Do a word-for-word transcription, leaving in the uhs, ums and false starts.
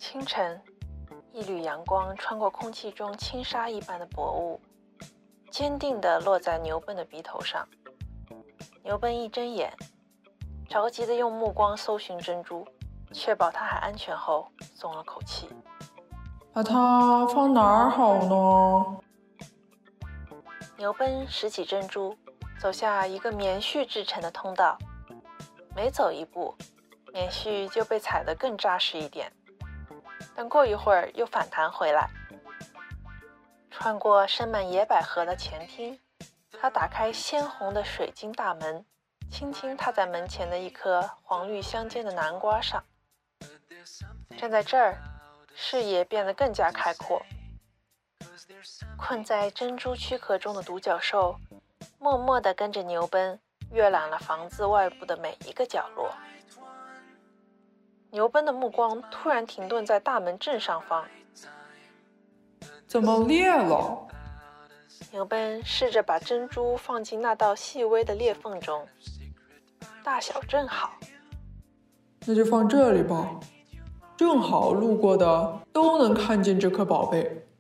清晨，一缕阳光穿过空气中轻纱一般的薄雾，坚定地落在牛奔的鼻头上。牛奔一睁眼，着急地用目光搜寻珍珠，确保它还安全后，松了口气。 把它放哪儿好呢？ 牛奔拾起珍珠，走下一个棉絮制成的通道。每走一步，棉絮就被踩得更扎实一点，但过一会儿又反弹回来。穿过生满野百合的前厅，他打开鲜红的水晶大门，轻轻踏在门前的一颗黄绿相间的南瓜上。站在这儿，视野变得更加开阔。困在珍珠躯壳中的独角兽默默地跟着牛奔阅览了房子外部的每一个角落。牛奔的目光突然停顿在大门正上方。 怎么裂了？ 牛奔试着把珍珠放进那道细微的裂缝中，大小正好。 那就放这里吧，正好路过的都能看见这颗宝贝。